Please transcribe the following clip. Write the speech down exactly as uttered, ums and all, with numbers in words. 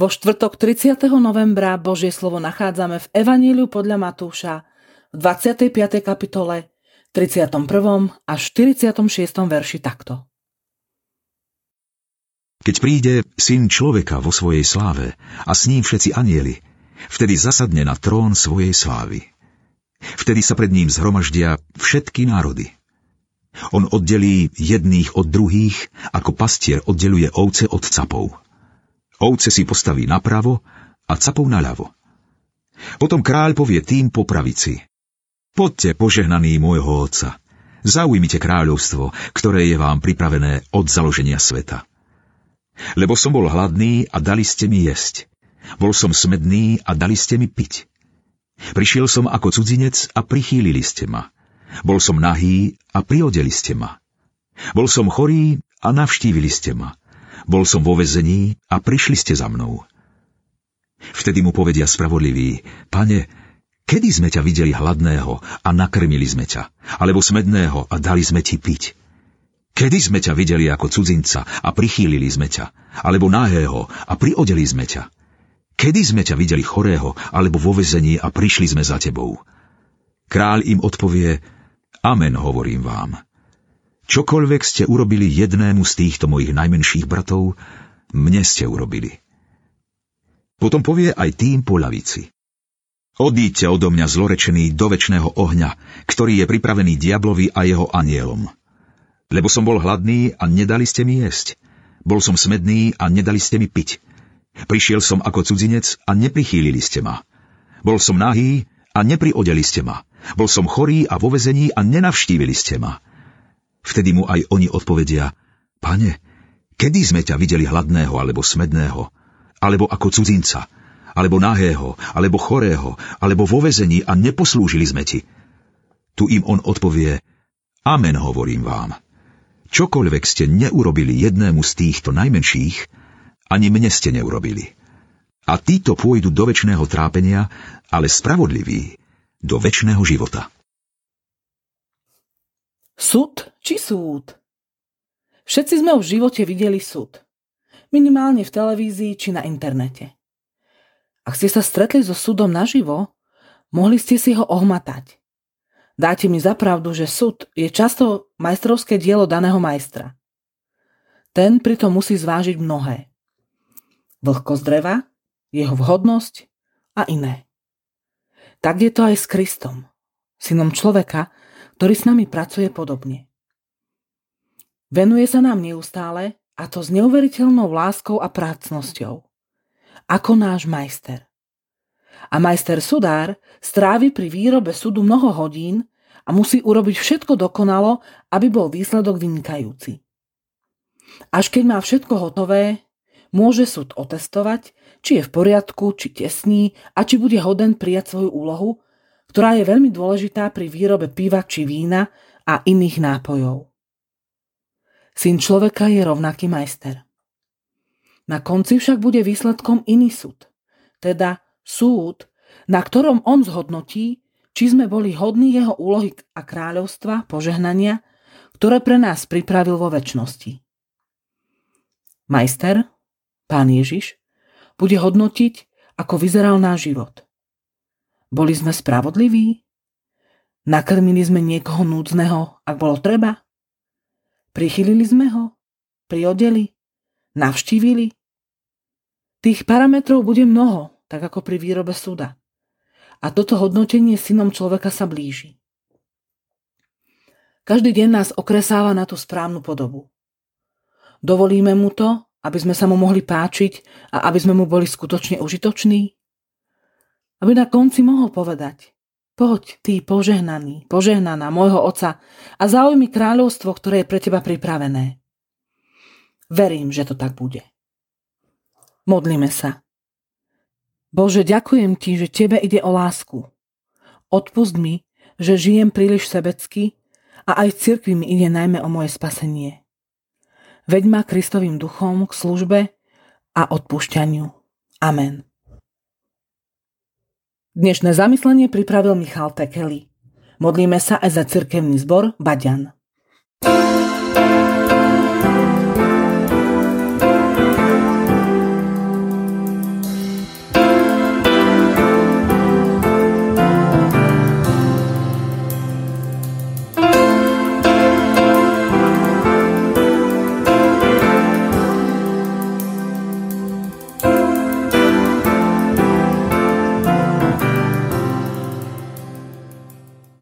Vo štvrtok tridsiateho novembra Božie slovo nachádzame v Evaníliu podľa Matúša v dvadsiatej piatej kapitole, tridsiatom prvom až štyridsiatom šiestom verši takto. Keď príde Syn človeka vo svojej sláve a s ním všetci anjeli, vtedy zasadne na trón svojej slávy. Vtedy sa pred ním zhromaždia všetky národy. On oddelí jedných od druhých, ako pastier oddeluje ovce od capov. Ovce si postaví napravo a capov naľavo. Potom kráľ povie tým po pravici: Poďte, požehnaní môjho Otca, zaujmite kráľovstvo, ktoré je vám pripravené od založenia sveta. Lebo som bol hladný a dali ste mi jesť. Bol som smedný a dali ste mi piť. Prišiel som ako cudzinec a prichýlili ste ma. Bol som nahý a priodeli ste ma. Bol som chorý a navštívili ste ma. Bol som vo väzení a prišli ste za mnou. Vtedy mu povedia spravodliví: Pane, kedy sme ťa videli hladného a nakrmili sme ťa, alebo smedného a dali sme ti piť? Kedy sme ťa videli ako cudzinca a prichýlili sme ťa, alebo nahého a priodeli sme ťa? Kedy sme ťa videli chorého alebo vo väzení a prišli sme za tebou? Kráľ im odpovie: Amen, hovorím vám. Čokoľvek ste urobili jednému z týchto mojich najmenších bratov, mne ste urobili. Potom povie aj tým po ľavici: Odíďte odo mňa zlorečený do večného ohňa, ktorý je pripravený diablovi a jeho anjelom. Lebo som bol hladný a nedali ste mi jesť. Bol som smedný a nedali ste mi piť. Prišiel som ako cudzinec a neprichýlili ste ma. Bol som nahý a nepriodeli ste ma. Bol som chorý a vo väzení a nenavštívili ste ma. Vtedy mu aj oni odpovedia: Pane, kedy sme ťa videli hladného alebo smedného, alebo ako cudzinca, alebo nahého, alebo chorého, alebo vo väzení a neposlúžili sme ti? Tu im on odpovie: Amen, hovorím vám. Čokoľvek ste neurobili jednému z týchto najmenších, ani mne ste neurobili. A títo pôjdu do večného trápenia, ale spravodliví do večného života. Súd či súd? Všetci sme v živote videli súd. Minimálne v televízii či na internete. Ak ste sa stretli so súdom naživo, mohli ste si ho ohmatať. Dáte mi za pravdu, že súd je často majstrovské dielo daného majstra. Ten pritom musí zvážiť mnohé. Vlhkosť dreva, jeho vhodnosť a iné. Tak je to aj s Kristom, synom človeka, ktorý s nami pracuje podobne. Venuje sa nám neustále, a to s neuveriteľnou láskou a prácnosťou, ako náš majster. A majster sudár strávi pri výrobe sudu mnoho hodín a musí urobiť všetko dokonalo, aby bol výsledok vynikajúci. Až keď má všetko hotové, môže súd otestovať, či je v poriadku, či tesní a či bude hoden prijať svoju úlohu, ktorá je veľmi dôležitá pri výrobe piva či vína a iných nápojov. Syn človeka je rovnaký majster. Na konci však bude výsledkom iný súd, teda súd, na ktorom on zhodnotí, či sme boli hodní jeho úlohy a kráľovstva, požehnania, ktoré pre nás pripravil vo večnosti. Majster, Pán Ježiš, bude hodnotiť, ako vyzeral náš život. Boli sme spravodliví? Nakrmili sme niekoho núdzneho, ak bolo treba? Prichylili sme ho? Priodeli? Navštívili? Tých parametrov bude mnoho, tak ako pri výrobe súda. A toto hodnotenie synom človeka sa blíži. Každý deň nás okresáva na tú správnu podobu. Dovolíme mu to, aby sme sa mu mohli páčiť a aby sme mu boli skutočne užitoční? Aby na konci mohol povedať: Poď, ty požehnaný, požehnaná môjho Otca a zaujmi kráľovstvo, ktoré je pre teba pripravené. Verím, že to tak bude. Modlíme sa. Bože, ďakujem ti, že tebe ide o lásku. Odpusť mi, že žijem príliš sebecky a aj v cirkvi mi ide najmä o moje spasenie. Veď ma Kristovým duchom k službe a odpúšťaniu. Amen. Dnešné zamyslenie pripravil Michal Tekeli. Modlíme sa aj za cirkevný zbor Baďan.